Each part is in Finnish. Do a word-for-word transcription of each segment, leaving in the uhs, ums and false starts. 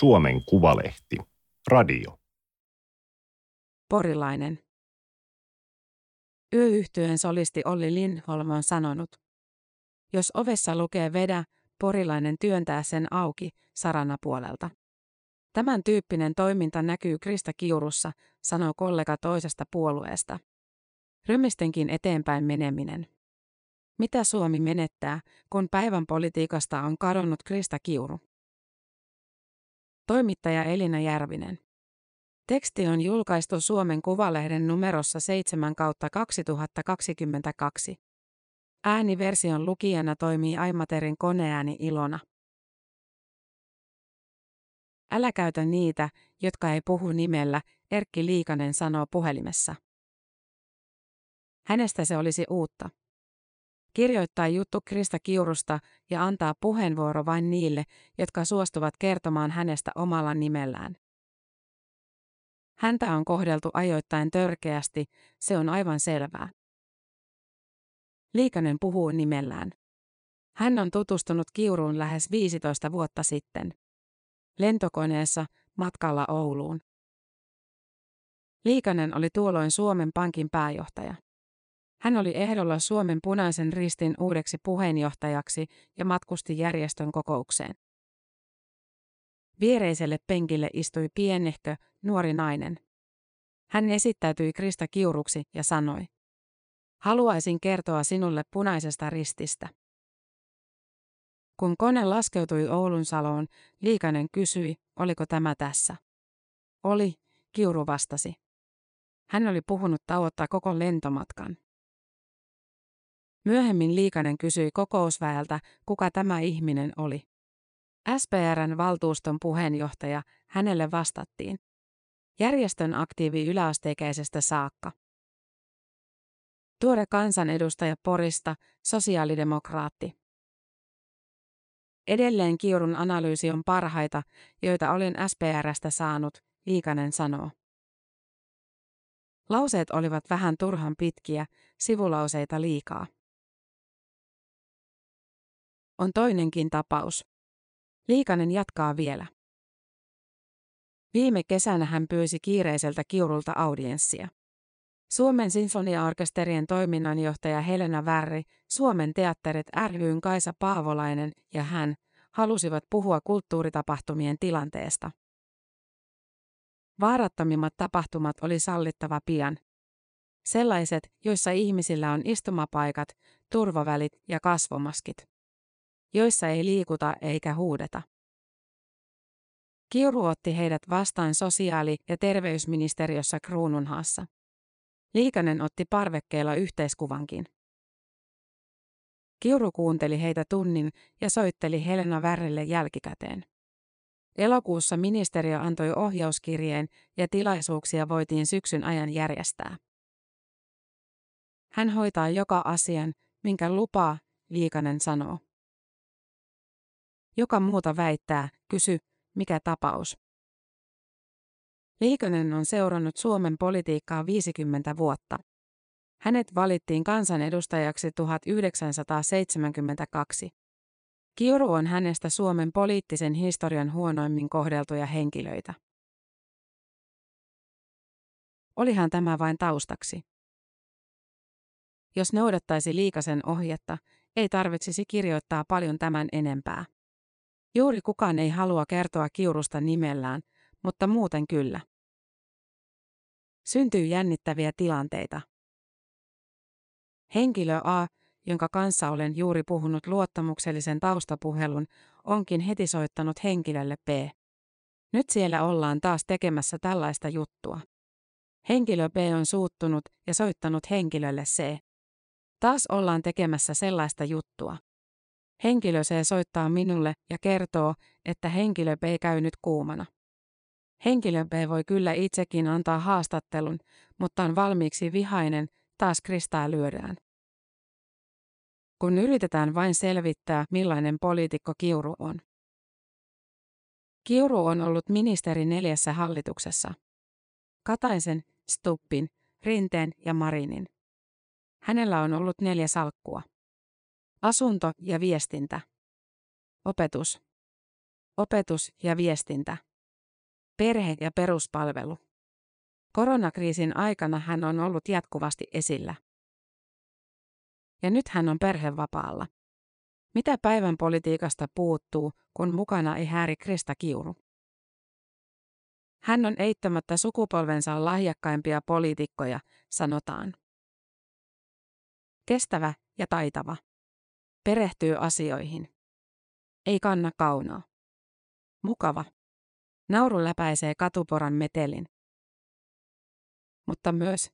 Suomen Kuvalehti. Radio. Porilainen. Yöyhtyeen solisti Olli Lindholm on sanonut: jos ovessa lukee vedä, porilainen työntää sen auki saranapuolelta. Tämän tyyppinen toiminta näkyy Krista Kiurussa, sanoo kollega toisesta puolueesta. Rymistenkin eteenpäin meneminen. Mitä Suomi menettää, kun päivän politiikasta on kadonnut Krista Kiuru? Toimittaja Elina Järvinen. Teksti on julkaistu Suomen Kuvalehden numerossa seitsemän kautta kaksituhattakaksikymmentäkaksi. Ääniversion lukijana toimii Aimaterin koneääni Ilona. Älä käytä niitä, jotka ei puhu nimellä, Erkki Liikanen sanoo puhelimessa. Hänestä se olisi uutta. Kirjoittaa juttu Krista Kiurusta ja antaa puheenvuoro vain niille, jotka suostuvat kertomaan hänestä omalla nimellään. Häntä on kohdeltu ajoittain törkeästi, se on aivan selvää. Liikanen puhuu nimellään. Hän on tutustunut Kiuruun lähes viisitoista vuotta sitten. Lentokoneessa, matkalla Ouluun. Liikanen oli tuolloin Suomen Pankin pääjohtaja. Hän oli ehdolla Suomen Punaisen Ristin uudeksi puheenjohtajaksi ja matkusti järjestön kokoukseen. Viereiselle penkille istui pienehkö, nuori nainen. Hän esittäytyi Krista Kiuruksi ja sanoi: haluaisin kertoa sinulle Punaisesta Rististä. Kun kone laskeutui Oulunsaloon, Liikanen kysyi, oliko tämä tässä. Oli, Kiuru vastasi. Hän oli puhunut tauottaa koko lentomatkan. Myöhemmin Liikanen kysyi kokousväeltä, kuka tämä ihminen oli. S P R:n valtuuston puheenjohtaja, hänelle vastattiin. Järjestön aktiivi yläasteikäisestä saakka. Tuore kansanedustaja Porista, sosiaalidemokraatti. Edelleen Kiurun analyysi on parhaita, joita olen S P R:stä saanut, Liikanen sanoo. Lauseet olivat vähän turhan pitkiä, sivulauseita liikaa. On toinenkin tapaus. Liikanen jatkaa vielä. Viime kesänä hän pyysi kiireiseltä Kiurulta audienssia. Suomen sinfoniaorkesterien toiminnanjohtaja Helena Värri, Suomen teatterit ry:n Kaisa Paavolainen ja hän halusivat puhua kulttuuritapahtumien tilanteesta. Vaarattomimmat tapahtumat oli sallittava pian. Sellaiset, joissa ihmisillä on istumapaikat, turvavälit ja kasvomaskit. Joissa ei liikuta eikä huudeta. Kiuru otti heidät vastaan sosiaali- ja terveysministeriössä Kruununhaassa. Liikanen otti parvekkeella yhteiskuvankin. Kiuru kuunteli heitä tunnin ja soitteli Helena Värrille jälkikäteen. Elokuussa ministeriö antoi ohjauskirjeen ja tilaisuuksia voitiin syksyn ajan järjestää. Hän hoitaa joka asian, minkä lupaa, Liikanen sanoo. Joka muuta väittää, kysy, mikä tapaus. Liikanen on seurannut Suomen politiikkaa viisikymmentä vuotta. Hänet valittiin kansanedustajaksi tuhatyhdeksänsataaseitsemänkymmentäkaksi. Kiuru on hänestä Suomen poliittisen historian huonoimmin kohdeltuja henkilöitä. Olihan tämä vain taustaksi. Jos noudattaisi Liikasen ohjetta, ei tarvitsisi kirjoittaa paljon tämän enempää. Juuri kukaan ei halua kertoa Kiurusta nimellään, mutta muuten kyllä. Syntyy jännittäviä tilanteita. Henkilö A, jonka kanssa olen juuri puhunut luottamuksellisen taustapuhelun, onkin heti soittanut henkilölle B. Nyt siellä ollaan taas tekemässä tällaista juttua. Henkilö B on suuttunut ja soittanut henkilölle C. Taas ollaan tekemässä sellaista juttua. Henkilö C soittaa minulle ja kertoo, että henkilö B käy nyt kuumana. Henkilö B voi kyllä itsekin antaa haastattelun, mutta on valmiiksi vihainen, taas Kristaa lyödään. Kun yritetään vain selvittää, millainen poliitikko Kiuru on. Kiuru on ollut ministeri neljässä hallituksessa. Kataisen, Stubbin, Rinteen ja Marinin. Hänellä on ollut neljä salkkua. Asunto ja viestintä. Opetus. Opetus ja viestintä. Perhe ja peruspalvelu. Koronakriisin aikana hän on ollut jatkuvasti esillä. Ja nyt hän on perhevapaalla. Mitä päivän politiikasta puuttuu, kun mukana ei hääri Krista Kiuru? Hän on eittämättä sukupolvensa lahjakkaimpia poliitikkoja, sanotaan. Kestävä ja taitava. Perehtyy asioihin. Ei kanna kaunaa. Mukava. Nauru läpäisee katuporan metelin. Mutta myös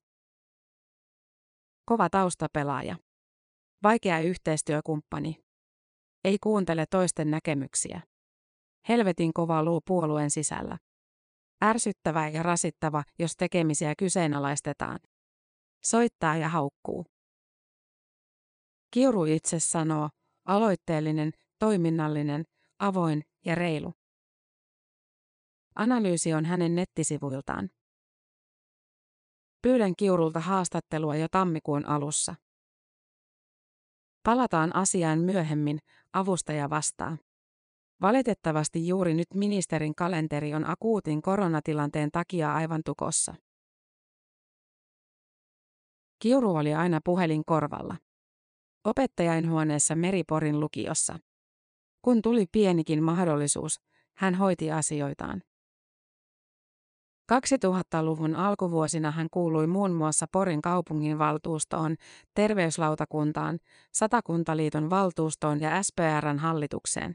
kova taustapelaaja. Vaikea yhteistyökumppani. Ei kuuntele toisten näkemyksiä. Helvetin kova luu puolueen sisällä. Ärsyttävä ja rasittava, jos tekemisiä kyseenalaistetaan. Soittaa ja haukkuu. Kiuru itse sanoo, aloitteellinen, toiminnallinen, avoin ja reilu. Analyysi on hänen nettisivuiltaan. Pyydän Kiurulta haastattelua jo tammikuun alussa. Palataan asiaan myöhemmin, avustaja vastaa. Valitettavasti juuri nyt ministerin kalenteri on akuutin koronatilanteen takia aivan tukossa. Kiuru oli aina puhelin korvalla. Opettajainhuoneessa Meriporin lukiossa. Kun tuli pienikin mahdollisuus, hän hoiti asioitaan. kaksituhattaluvun alkuvuosina hän kuului muun muassa Porin kaupunginvaltuustoon, terveyslautakuntaan, Satakuntaliiton valtuustoon ja S P R:n hallitukseen.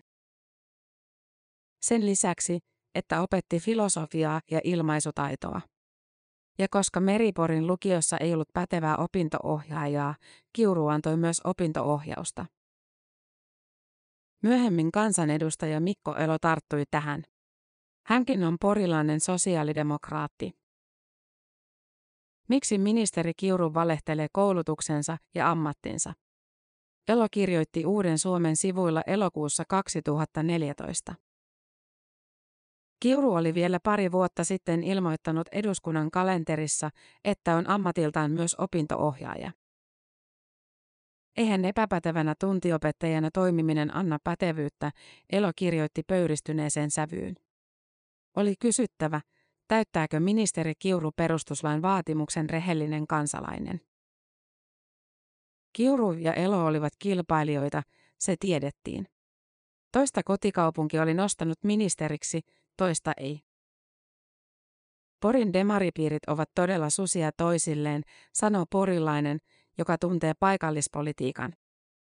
Sen lisäksi, että opetti filosofiaa ja ilmaisutaitoa. Ja koska Meriporin lukiossa ei ollut pätevää opinto-ohjaajaa, Kiuru antoi myös opinto-ohjausta. Myöhemmin kansanedustaja Mikko Elo tarttui tähän. Hänkin on porilainen sosiaalidemokraatti. Miksi ministeri Kiuru valehtelee koulutuksensa ja ammattinsa? Elo kirjoitti Uuden Suomen sivuilla elokuussa kaksituhattaneljätoista. Kiuru oli vielä pari vuotta sitten ilmoittanut eduskunnan kalenterissa, että on ammatiltaan myös opinto-ohjaaja. Eihän epäpätevänä tuntiopettajana toimiminen anna pätevyyttä, Elo kirjoitti pöyristyneeseen sävyyn. Oli kysyttävä, täyttääkö ministeri Kiuru perustuslain vaatimuksen rehellinen kansalainen. Kiuru ja Elo olivat kilpailijoita, se tiedettiin. Toista kotikaupunki oli nostanut ministeriksi, toista ei. Porin demaripiirit ovat todella susia toisilleen, sanoo porilainen, joka tuntee paikallispolitiikan.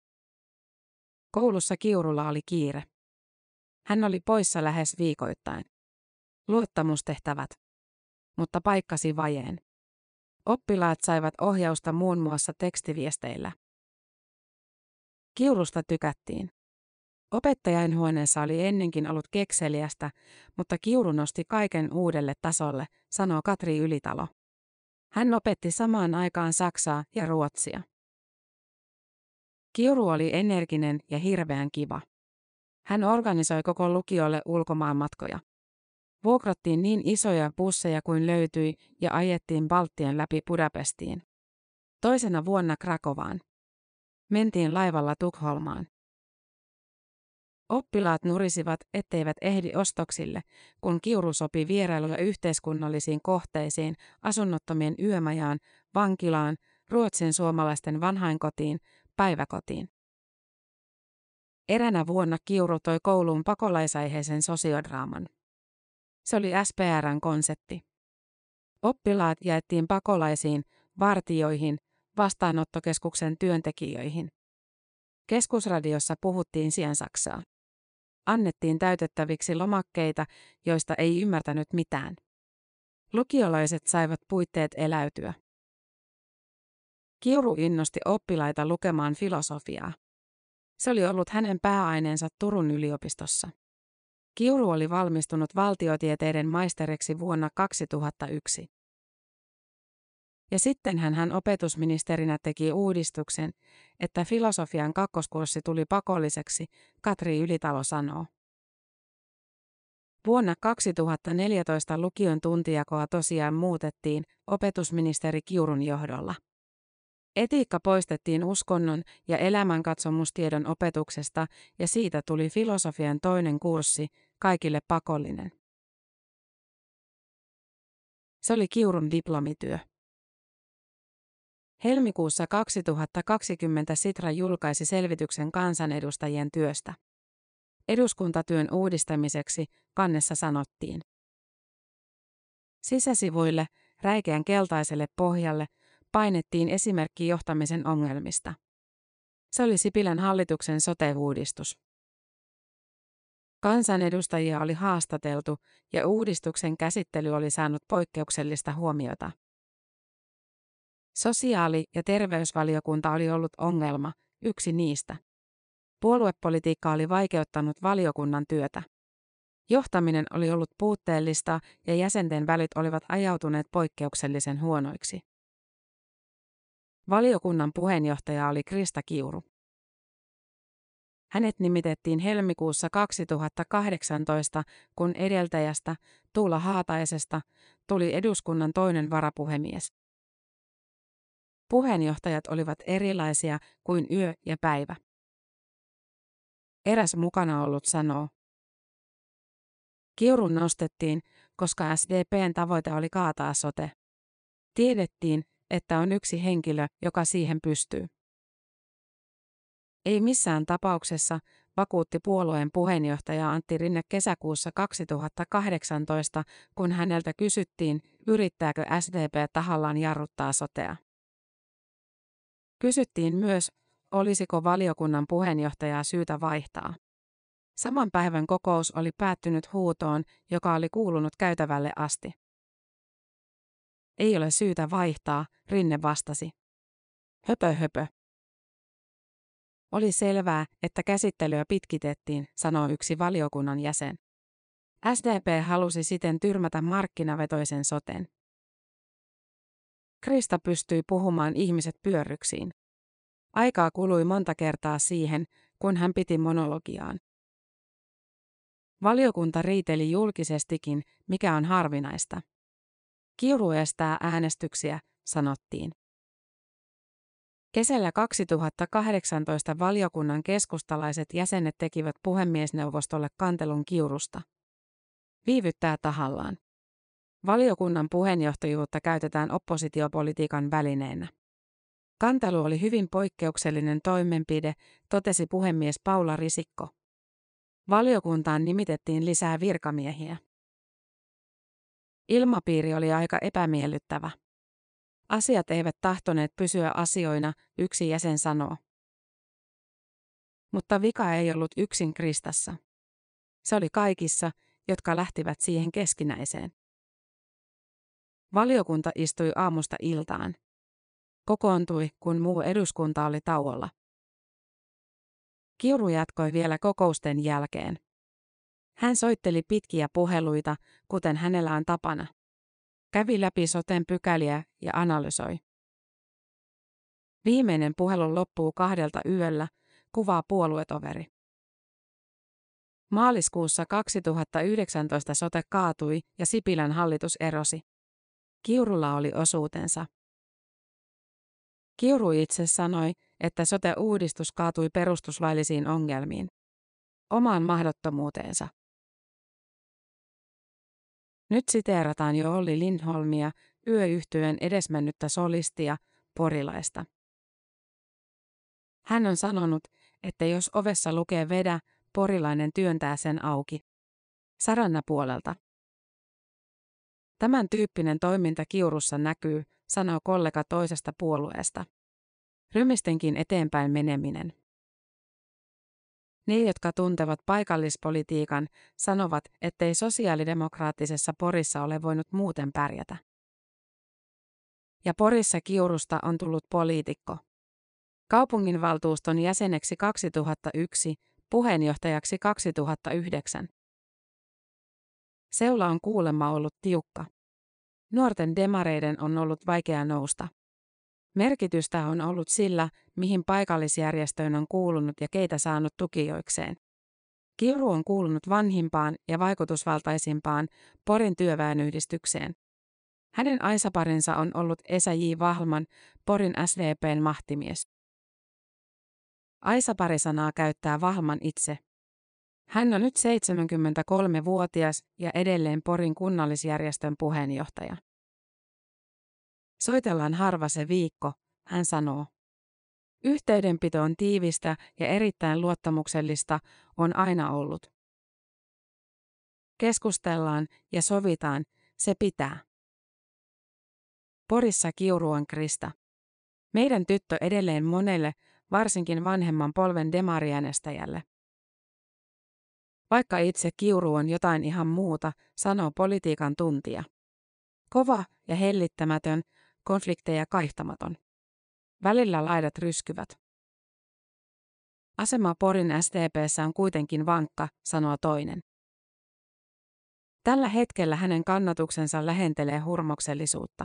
Koulussa Kiurulla oli kiire. Hän oli poissa lähes viikoittain. Luottamustehtävät. Mutta paikkasi vajeen. Oppilaat saivat ohjausta muun muassa tekstiviesteillä. Kiurusta tykättiin. Opettajainhuoneessa oli ennenkin ollut kekseliästä, mutta Kiuru nosti kaiken uudelle tasolle, sanoo Katri Ylitalo. Hän opetti samaan aikaan saksaa ja ruotsia. Kiuru oli energinen ja hirveän kiva. Hän organisoi koko lukiolle ulkomaanmatkoja. Vuokrattiin niin isoja busseja kuin löytyi ja ajettiin Baltian läpi Budapestiin. Toisena vuonna Krakovaan. Mentiin laivalla Tukholmaan. Oppilaat nurisivat, etteivät ehdi ostoksille, kun Kiuru sopi vierailuja yhteiskunnallisiin kohteisiin, asunnottomien yömajaan, vankilaan, Ruotsin suomalaisten vanhainkotiin, päiväkotiin. Eränä vuonna Kiuru toi kouluun pakolaisaiheisen sosiodraaman. Se oli S P R:n konsepti. Oppilaat jaettiin pakolaisiin, vartijoihin, vastaanottokeskuksen työntekijöihin. Keskusradiossa puhuttiin siansaksaa. Annettiin täytettäviksi lomakkeita, joista ei ymmärtänyt mitään. Lukiolaiset saivat puitteet eläytyä. Kiuru innosti oppilaita lukemaan filosofiaa. Se oli ollut hänen pääaineensa Turun yliopistossa. Kiuru oli valmistunut valtiotieteiden maisteriksi vuonna kaksituhattayksi. Ja sitten hän, hän opetusministerinä teki uudistuksen, että filosofian kakkoskurssi tuli pakolliseksi, Katri Ylitalo sanoo. Vuonna kaksituhattaneljätoista lukion tuntijakoa tosiaan muutettiin opetusministeri Kiurun johdolla. Etiikka poistettiin uskonnon ja elämänkatsomustiedon opetuksesta ja siitä tuli filosofian toinen kurssi, kaikille pakollinen. Se oli Kiurun diplomityö. Helmikuussa kaksituhattakaksikymmentä Sitra julkaisi selvityksen kansanedustajien työstä. Eduskuntatyön uudistamiseksi kannessa sanottiin. Sisäsivuille, räikeän keltaiselle pohjalle, painettiin esimerkki johtamisen ongelmista. Se oli Sipilän hallituksen sote-uudistus. Kansanedustajia oli haastateltu ja uudistuksen käsittely oli saanut poikkeuksellista huomiota. Sosiaali- ja terveysvaliokunta oli ollut ongelma, yksi niistä. Puoluepolitiikka oli vaikeuttanut valiokunnan työtä. Johtaminen oli ollut puutteellista ja jäsenten välit olivat ajautuneet poikkeuksellisen huonoiksi. Valiokunnan puheenjohtaja oli Krista Kiuru. Hänet nimitettiin helmikuussa kaksituhattakahdeksantoista, kun edeltäjästä, Tuula Haataisesta, tuli eduskunnan toinen varapuhemies. Puheenjohtajat olivat erilaisia kuin yö ja päivä. Eräs mukana ollut sanoo. Kiurun nostettiin, koska S D P:n tavoite oli kaataa sote. Tiedettiin, että on yksi henkilö, joka siihen pystyy. Ei missään tapauksessa, vakuutti puolueen puheenjohtaja Antti Rinne kesäkuussa kaksituhattakahdeksantoista, kun häneltä kysyttiin, yrittääkö S D P tahallaan jarruttaa sotea. Kysyttiin myös, olisiko valiokunnan puheenjohtajaa syytä vaihtaa. Saman päivän kokous oli päättynyt huutoon, joka oli kuulunut käytävälle asti. Ei ole syytä vaihtaa, Rinne vastasi. Höpö höpö. Oli selvää, että käsittelyä pitkitettiin, sanoo yksi valiokunnan jäsen. S D P halusi siten tyrmätä markkinavetoisen soten. Krista pystyi puhumaan ihmiset pyörryksiin. Aikaa kului monta kertaa siihen, kun hän piti monologiaan. Valiokunta riiteli julkisestikin, mikä on harvinaista. Kiuru estää äänestyksiä, sanottiin. Kesällä kaksituhattakahdeksantoista valiokunnan keskustalaiset jäsenet tekivät puhemiesneuvostolle kantelun Kiurusta. Viivyttää tahallaan. Valiokunnan puheenjohtajuutta käytetään oppositiopolitiikan välineenä. Kantelu oli hyvin poikkeuksellinen toimenpide, totesi puhemies Paula Risikko. Valiokuntaan nimitettiin lisää virkamiehiä. Ilmapiiri oli aika epämiellyttävä. Asiat eivät tahtoneet pysyä asioina, yksi jäsen sanoo. Mutta vika ei ollut yksin Kristassa. Se oli kaikissa, jotka lähtivät siihen keskinäiseen. Valiokunta istui aamusta iltaan. Kokoontui, kun muu eduskunta oli tauolla. Kiuru jatkoi vielä kokousten jälkeen. Hän soitteli pitkiä puheluita, kuten hänellä on tapana. Kävi läpi soten pykäliä ja analysoi. Viimeinen puhelu loppuu kahdelta yöllä, kuvaa puoluetoveri. Maaliskuussa kaksituhattayhdeksäntoista sote kaatui ja Sipilän hallitus erosi. Kiurulla oli osuutensa. Kiuru itse sanoi, että sote-uudistus kaatui perustuslaillisiin ongelmiin. Omaan mahdottomuuteensa. Nyt siteerataan jo Olli Lindholmia, Yö-yhtyeen edesmennyttä solistia, porilaista. Hän on sanonut, että jos ovessa lukee vedä, porilainen työntää sen auki. Saranna puolelta. Tämän tyyppinen toiminta Kiurussa näkyy, sanoo kollega toisesta puolueesta. Rymistenkin eteenpäin meneminen. Ne, jotka tuntevat paikallispolitiikan, sanovat, ettei sosiaalidemokraattisessa Porissa ole voinut muuten pärjätä. Ja Porissa Kiurusta on tullut poliitikko. Kaupunginvaltuuston jäseneksi kaksituhattayksi, puheenjohtajaksi kaksituhattayhdeksän. Seula on kuulemma ollut tiukka. Nuorten demareiden on ollut vaikea nousta. Merkitystä on ollut sillä, mihin paikallisjärjestöön on kuulunut ja keitä saanut tukijoikseen. Kiuru on kuulunut vanhimpaan ja vaikutusvaltaisimpaan Porin työväenyhdistykseen. Hänen aisaparinsa on ollut Esa J. Vahlman, Porin S D P:n mahtimies. Aisapari-sanaa käyttää Vahlman itse. Hän on nyt seitsemänkymmentäkolmevuotias ja edelleen Porin kunnallisjärjestön puheenjohtaja. Soitellaan harva se viikko, hän sanoo. Yhteydenpito on tiivistä ja erittäin luottamuksellista, on aina ollut. Keskustellaan ja sovitaan, se pitää. Porissa Kiuru on Krista. Meidän tyttö edelleen monelle, varsinkin vanhemman polven demariäänestäjälle. Vaikka itse Kiuru on jotain ihan muuta, sanoo politiikan tuntija. Kova ja hellittämätön, konflikteja kaihtamaton. Välillä laidat ryskyvät. Asema Porin S D P:ssä on kuitenkin vankka, sanoo toinen. Tällä hetkellä hänen kannatuksensa lähentelee hurmoksellisuutta.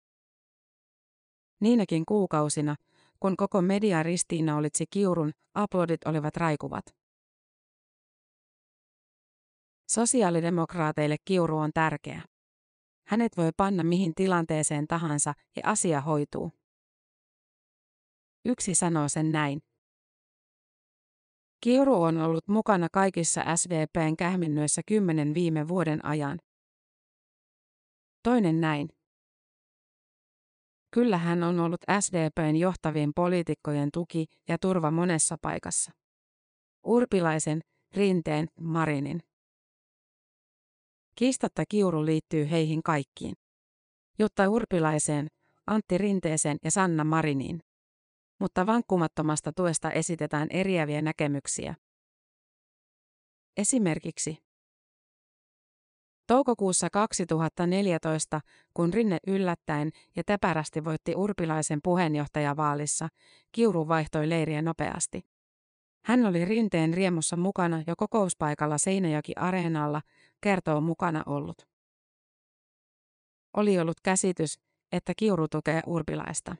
Niinäkin kuukausina, kun koko media ristiinnaulitsi Kiurun, aplodit olivat raikuvat. Sosiaalidemokraateille Kiuru on tärkeä. Hänet voi panna mihin tilanteeseen tahansa ja asia hoituu. Yksi sanoo sen näin. Kiuru on ollut mukana kaikissa S D P:n kähminnöissä kymmenen viime vuoden ajan. Toinen näin. Kyllä hän on ollut S D P:n johtavien poliitikkojen tuki ja turva monessa paikassa. Urpilaisen, Rinteen, Marinin. Kiistatta Kiuru liittyy heihin kaikkiin. Jutta Urpilaiseen, Antti Rinteeseen ja Sanna Mariniin. Mutta vankkumattomasta tuesta esitetään eriäviä näkemyksiä. Esimerkiksi toukokuussa kaksituhattaneljätoista, kun Rinne yllättäen ja täpärästi voitti Urpilaisen puheenjohtajavaalissa, Kiuru vaihtoi leiriä nopeasti. Hän oli Rinteen riemussa mukana jo kokouspaikalla Seinäjoki-areenalla, kertoo mukana ollut. Oli ollut käsitys, että Kiuru tukee Urpilaista.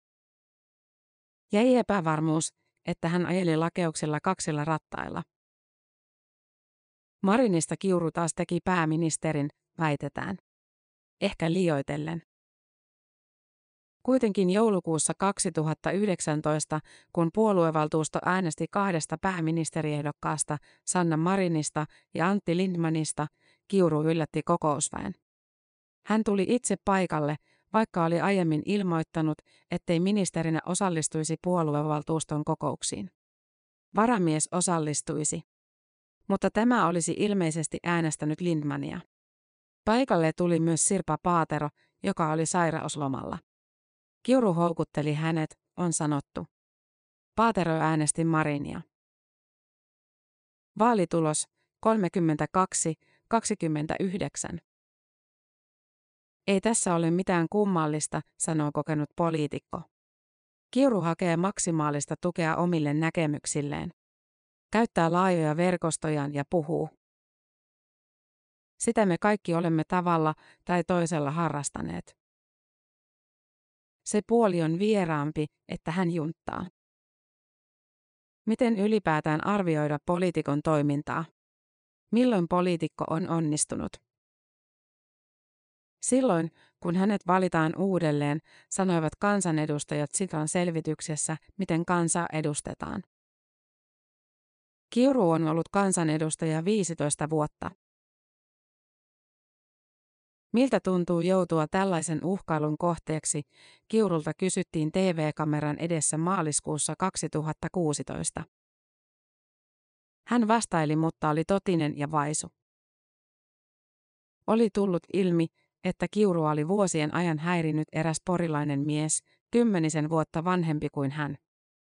Jäi epävarmuus, että hän ajeli lakeuksilla kaksilla rattailla. Marinista Kiuru taas teki pääministerin, väitetään. Ehkä liioitellen. Kuitenkin joulukuussa kaksituhattayhdeksäntoista, kun puoluevaltuusto äänesti kahdesta pääministeriehdokkaasta, Sanna Marinista ja Antti Lindmanista, Kiuru yllätti kokousväen. Hän tuli itse paikalle, vaikka oli aiemmin ilmoittanut, ettei ministerinä osallistuisi puoluevaltuuston kokouksiin. Varamies osallistuisi. Mutta tämä olisi ilmeisesti äänestänyt Lindmania. Paikalle tuli myös Sirpa Paatero, joka oli sairauslomalla. Kiuru houkutteli hänet, on sanottu. Paatero äänesti Marinia. Vaalitulos kolmekymmentäkaksi kaksikymmentäyhdeksän. Ei tässä ole mitään kummallista, sanoo kokenut poliitikko. Kiuru hakee maksimaalista tukea omille näkemyksilleen. Käyttää laajoja verkostojaan ja puhuu. Sitä me kaikki olemme tavalla tai toisella harrastaneet. Se puoli on vieraampi, että hän junttaa. Miten ylipäätään arvioida poliitikon toimintaa? Milloin poliitikko on onnistunut? Silloin, kun hänet valitaan uudelleen, sanoivat kansanedustajat Sitran selvityksessä, miten kansaa edustetaan. Kiuru on ollut kansanedustaja viisitoista vuotta. Miltä tuntuu joutua tällaisen uhkailun kohteeksi, Kiurulta kysyttiin T V-kameran edessä maaliskuussa kaksituhattakuusitoista. Hän vastaili, mutta oli totinen ja vaisu. Oli tullut ilmi, että Kiurua oli vuosien ajan häirinyt eräs porilainen mies, kymmenisen vuotta vanhempi kuin hän.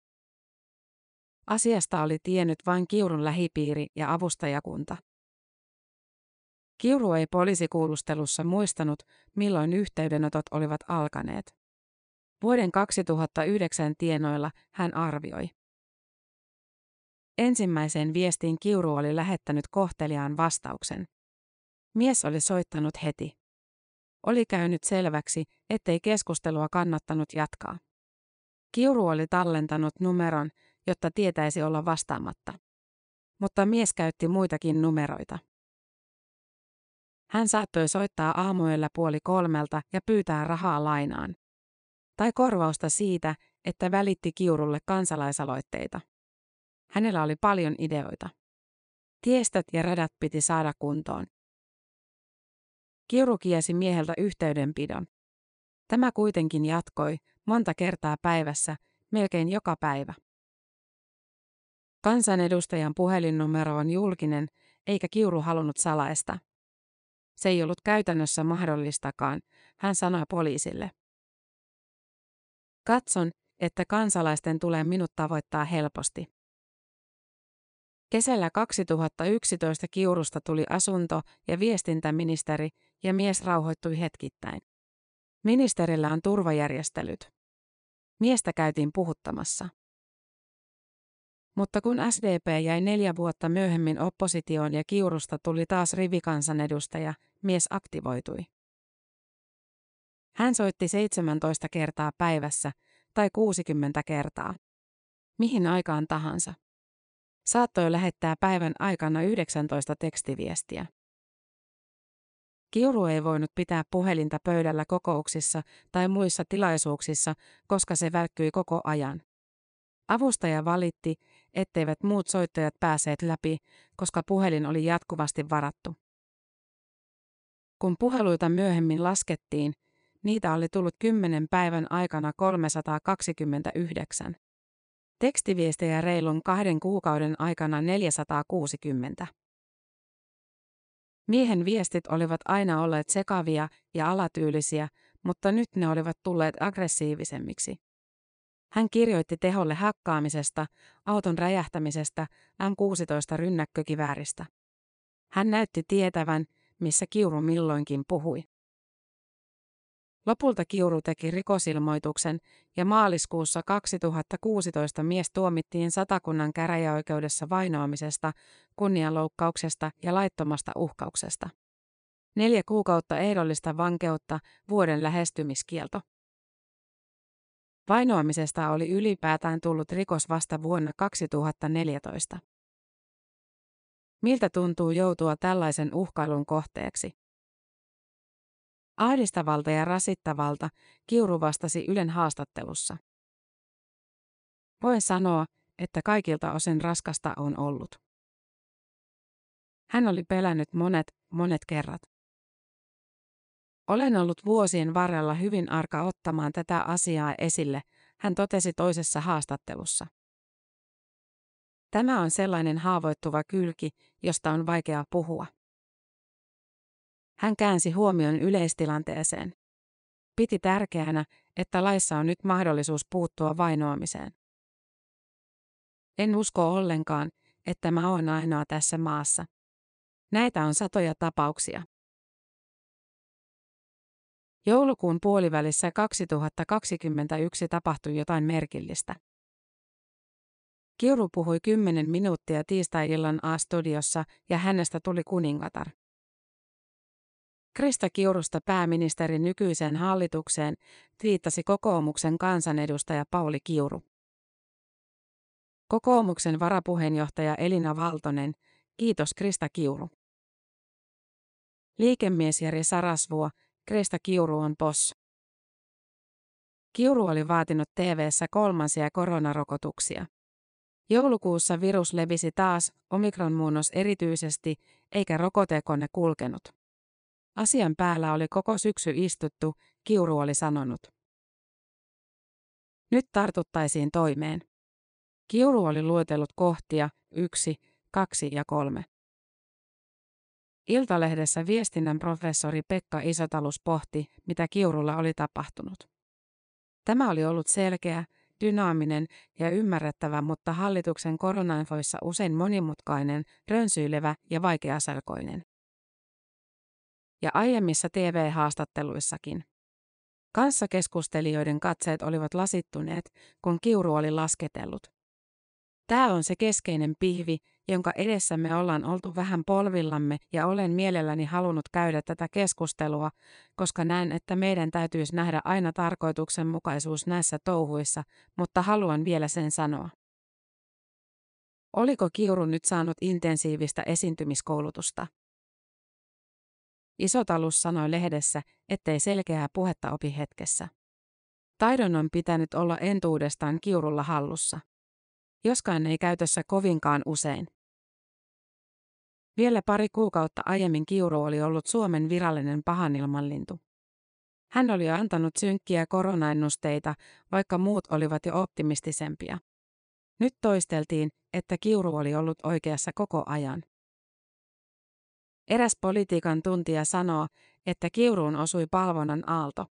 Asiasta oli tiennyt vain Kiurun lähipiiri ja avustajakunta. Kiuru ei poliisikuulustelussa muistanut, milloin yhteydenotot olivat alkaneet. Vuoden kaksituhattayhdeksän tienoilla hän arvioi. Ensimmäiseen viestiin Kiuru oli lähettänyt kohteliaan vastauksen. Mies oli soittanut heti. Oli käynyt selväksi, ettei keskustelua kannattanut jatkaa. Kiuru oli tallentanut numeron, jotta tietäisi olla vastaamatta. Mutta mies käytti muitakin numeroita. Hän saattoi soittaa aamuyöllä puoli kolmelta ja pyytää rahaa lainaan. Tai korvausta siitä, että välitti Kiurulle kansalaisaloitteita. Hänellä oli paljon ideoita. Tiestöt ja radat piti saada kuntoon. Kiuru kiesi mieheltä yhteydenpidon. Tämä kuitenkin jatkoi monta kertaa päivässä, melkein joka päivä. Kansanedustajan puhelinnumero on julkinen, eikä Kiuru halunnut salaista. Se ei ollut käytännössä mahdollistakaan, hän sanoi poliisille. Katson, että kansalaisten tulee minut tavoittaa helposti. Kesällä kaksituhattayksitoista Kiurusta tuli asunto- ja viestintäministeri ja mies rauhoittui hetkittäin. Ministerillä on turvajärjestelyt. Miestä käytiin puhuttamassa. Mutta kun S D P jäi neljä vuotta myöhemmin oppositioon ja Kiurusta tuli taas rivikansanedustaja, mies aktivoitui. Hän soitti seitsemäntoista kertaa päivässä tai kuusikymmentä kertaa. Mihin aikaan tahansa. Saattoi lähettää päivän aikana yhdeksäntoista tekstiviestiä. Kiuru ei voinut pitää puhelinta pöydällä kokouksissa tai muissa tilaisuuksissa, koska se välkkyi koko ajan. Avustaja valitti, etteivät muut soittajat päässeet läpi, koska puhelin oli jatkuvasti varattu. Kun puheluita myöhemmin laskettiin, niitä oli tullut kymmenen päivän aikana kolmesataakaksikymmentäyhdeksän. Tekstiviestejä reilun kahden kuukauden aikana neljäsataakuusikymmentä. Miehen viestit olivat aina olleet sekavia ja alatyylisiä, mutta nyt ne olivat tulleet aggressiivisemmiksi. Hän kirjoitti teholle hakkaamisesta, auton räjähtämisestä, M kuusitoista rynnäkkökivääristä. Hän näytti tietävän, missä Kiuru milloinkin puhui. Lopulta Kiuru teki rikosilmoituksen ja maaliskuussa kaksituhattakuusitoista mies tuomittiin Satakunnan käräjäoikeudessa vainoamisesta, kunnianloukkauksesta ja laittomasta uhkauksesta. Neljä kuukautta ehdollista vankeutta, vuoden lähestymiskielto. Vainoamisesta oli ylipäätään tullut rikos vasta vuonna kaksituhattaneljätoista. Miltä tuntuu joutua tällaisen uhkailun kohteeksi? Ahdistavalta ja rasittavalta, Kiuru vastasi Ylen haastattelussa. Voin sanoa, että kaikilta osin raskasta on ollut. Hän oli pelännyt monet, monet kerrat. Olen ollut vuosien varrella hyvin arka ottamaan tätä asiaa esille, hän totesi toisessa haastattelussa. Tämä on sellainen haavoittuva kylki, josta on vaikea puhua. Hän käänsi huomion yleistilanteeseen. Piti tärkeänä, että laissa on nyt mahdollisuus puuttua vainoamiseen. En usko ollenkaan, että mä oon ainoa tässä maassa. Näitä on satoja tapauksia. Joulukuun puolivälissä kaksituhattakaksikymmentäyksi tapahtui jotain merkillistä. Kiuru puhui kymmenen minuuttia tiistai-illan A-studiossa ja hänestä tuli kuningatar. Krista Kiurusta pääministerin nykyiseen hallitukseen twiittasi kokoomuksen kansanedustaja Pauli Kiuru. Kokoomuksen varapuheenjohtaja Elina Valtonen, kiitos Krista Kiuru. Liikemies Jari Sarasvuo, Krista Kiuru on boss. Kiuru oli vaatinut T V:ssä kolmansia koronarokotuksia. Joulukuussa virus levisi taas, omikronmuunnos erityisesti, eikä rokotekone kulkenut. Asian päällä oli koko syksy istuttu, Kiuru oli sanonut. Nyt tartuttaisiin toimeen. Kiuru oli luetellut kohtia yksi, kaksi ja kolme. Iltalehdessä viestinnän professori Pekka Isotalus pohti, mitä Kiurulla oli tapahtunut. Tämä oli ollut selkeä, dynaaminen ja ymmärrettävä, mutta hallituksen koronainfoissa usein monimutkainen, rönsyilevä ja vaikeaselkoinen. Ja aiemmissa T V-haastatteluissakin. Kanssakeskustelijoiden katseet olivat lasittuneet, kun Kiuru oli lasketellut. Tämä on se keskeinen pihvi, jonka edessä me ollaan oltu vähän polvillamme ja olen mielelläni halunnut käydä tätä keskustelua, koska näen, että meidän täytyisi nähdä aina tarkoituksenmukaisuus näissä touhuissa, mutta haluan vielä sen sanoa. Oliko Kiuru nyt saanut intensiivistä esiintymiskoulutusta? Isotalus sanoi lehdessä, ettei selkeää puhetta opi hetkessä. Taidon on pitänyt olla entuudestaan Kiurulla hallussa. Joskaan ei käytössä kovinkaan usein. Vielä pari kuukautta aiemmin Kiuru oli ollut Suomen virallinen pahanilmanlintu. Hän oli antanut synkkiä koronaennusteita, vaikka muut olivat jo optimistisempia. Nyt toisteltiin, että Kiuru oli ollut oikeassa koko ajan. Eräs politiikan tuntija sanoo, että Kiuruun osui palvonnan aalto.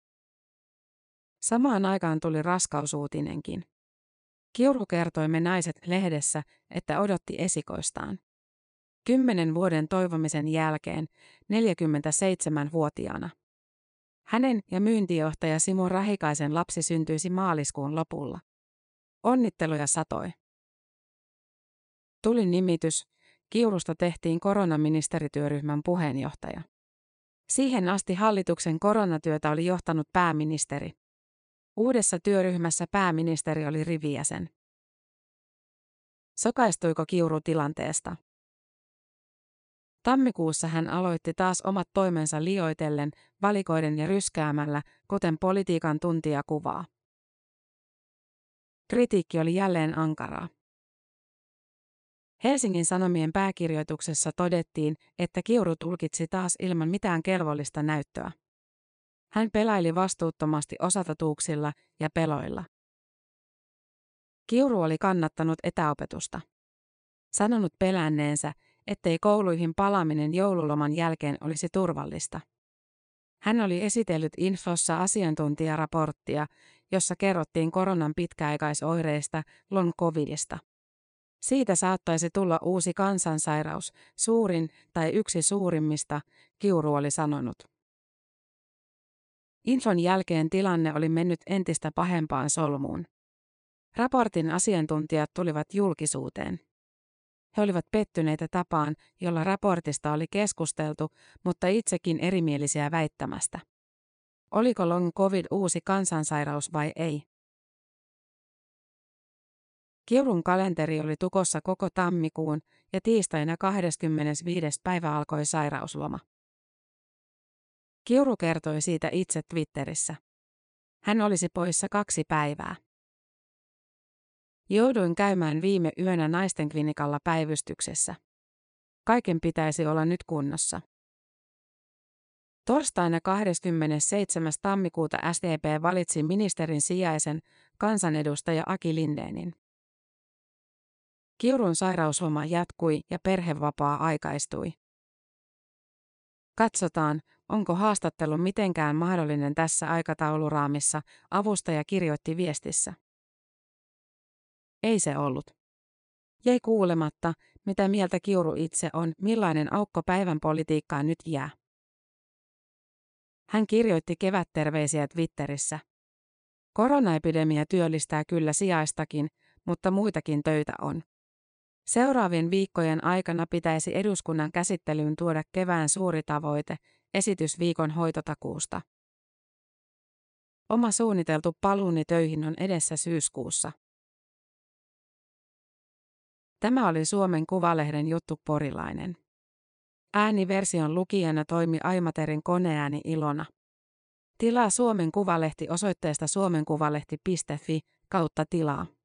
Samaan aikaan tuli raskausuutinenkin. Kiuru kertoi Me Naiset-lehdessä, että odotti esikoistaan. Kymmenen vuoden toivomisen jälkeen, neljäkymmentäseitsemänvuotiaana. Hänen ja myyntijohtaja Simo Rahikaisen lapsi syntyisi maaliskuun lopulla. Onnitteluja satoi. Tuli nimitys, Kiurusta tehtiin koronaministerityöryhmän puheenjohtaja. Siihen asti hallituksen koronatyötä oli johtanut pääministeri. Uudessa työryhmässä pääministeri oli rivijäsen. Sokaistuiko Kiuru tilanteesta? Tammikuussa hän aloitti taas omat toimensa liioitellen, valikoiden ja ryskäämällä, kuten politiikan tuntija kuvaa. Kritiikki oli jälleen ankaraa. Helsingin Sanomien pääkirjoituksessa todettiin, että Kiuru tulkitsi taas ilman mitään kelvollista näyttöä. Hän pelaili vastuuttomasti osatotuuksilla ja peloilla. Kiuru oli kannattanut etäopetusta. Sanonut pelänneensä, ettei kouluihin palaaminen joululoman jälkeen olisi turvallista. Hän oli esitellyt Infossa asiantuntijaraporttia, jossa kerrottiin koronan pitkäaikaisoireista, long covidista. Siitä saattaisi tulla uusi kansansairaus, suurin tai yksi suurimmista, Kiuru oli sanonut. Infon jälkeen tilanne oli mennyt entistä pahempaan solmuun. Raportin asiantuntijat tulivat julkisuuteen. He olivat pettyneitä tapaan, jolla raportista oli keskusteltu, mutta itsekin erimielisiä väittämästä. Oliko long covid uusi kansansairaus vai ei? Kiurun kalenteri oli tukossa koko tammikuun ja tiistaina kahdeskymmenesviides päivä alkoi sairausloma. Kiuru kertoi siitä itse Twitterissä. Hän olisi poissa kaksi päivää. Jouduin käymään viime yönä naistenklinikalla päivystyksessä. Kaiken pitäisi olla nyt kunnossa. Torstaina kahdeskymmenesseitsemäs tammikuuta S D P valitsi ministerin sijaisen, kansanedustaja Aki Lindénin. Kiurun sairausloma jatkui ja perhevapaa aikaistui. Katsotaan, onko haastattelu mitenkään mahdollinen tässä aikatauluraamissa, avustaja kirjoitti viestissä. Ei se ollut. Jäi kuulematta, mitä mieltä Kiuru itse on, millainen aukko päivän politiikkaan nyt jää. Hän kirjoitti kevätterveisiä Twitterissä. Koronaepidemia työllistää kyllä sijaistakin, mutta muitakin töitä on. Seuraavien viikkojen aikana pitäisi eduskunnan käsittelyyn tuoda kevään suuri tavoite, esitys viikon hoitotakuusta. Oma suunniteltu paluuni töihin on edessä syyskuussa. Tämä oli Suomen Kuvalehden juttu Porilainen. Ääniversion lukijana toimi Aimaterin koneääni Ilona. Tilaa Suomen Kuvalehti osoitteesta suomenkuvalehti piste fi kautta tilaa.